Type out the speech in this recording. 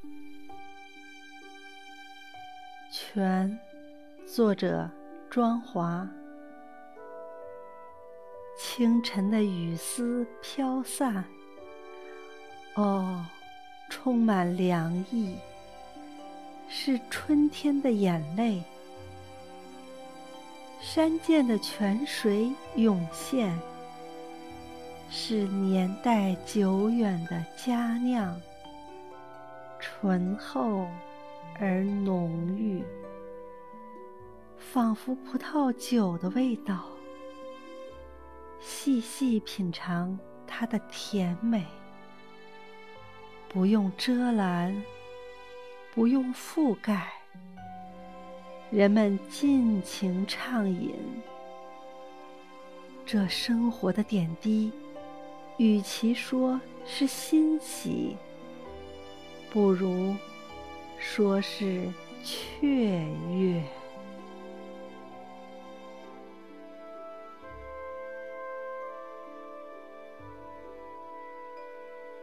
泉，作者庄华。清晨的雨丝飘散，哦，充满凉意，是春天的眼泪。山涧的泉水涌现，是年代久远的佳酿，醇厚而浓郁，仿佛葡萄酒的味道。细细品尝它的甜美，不用遮拦，不用覆盖，人们尽情畅饮。这生活的点滴，与其说是欣喜，不如说是雀跃。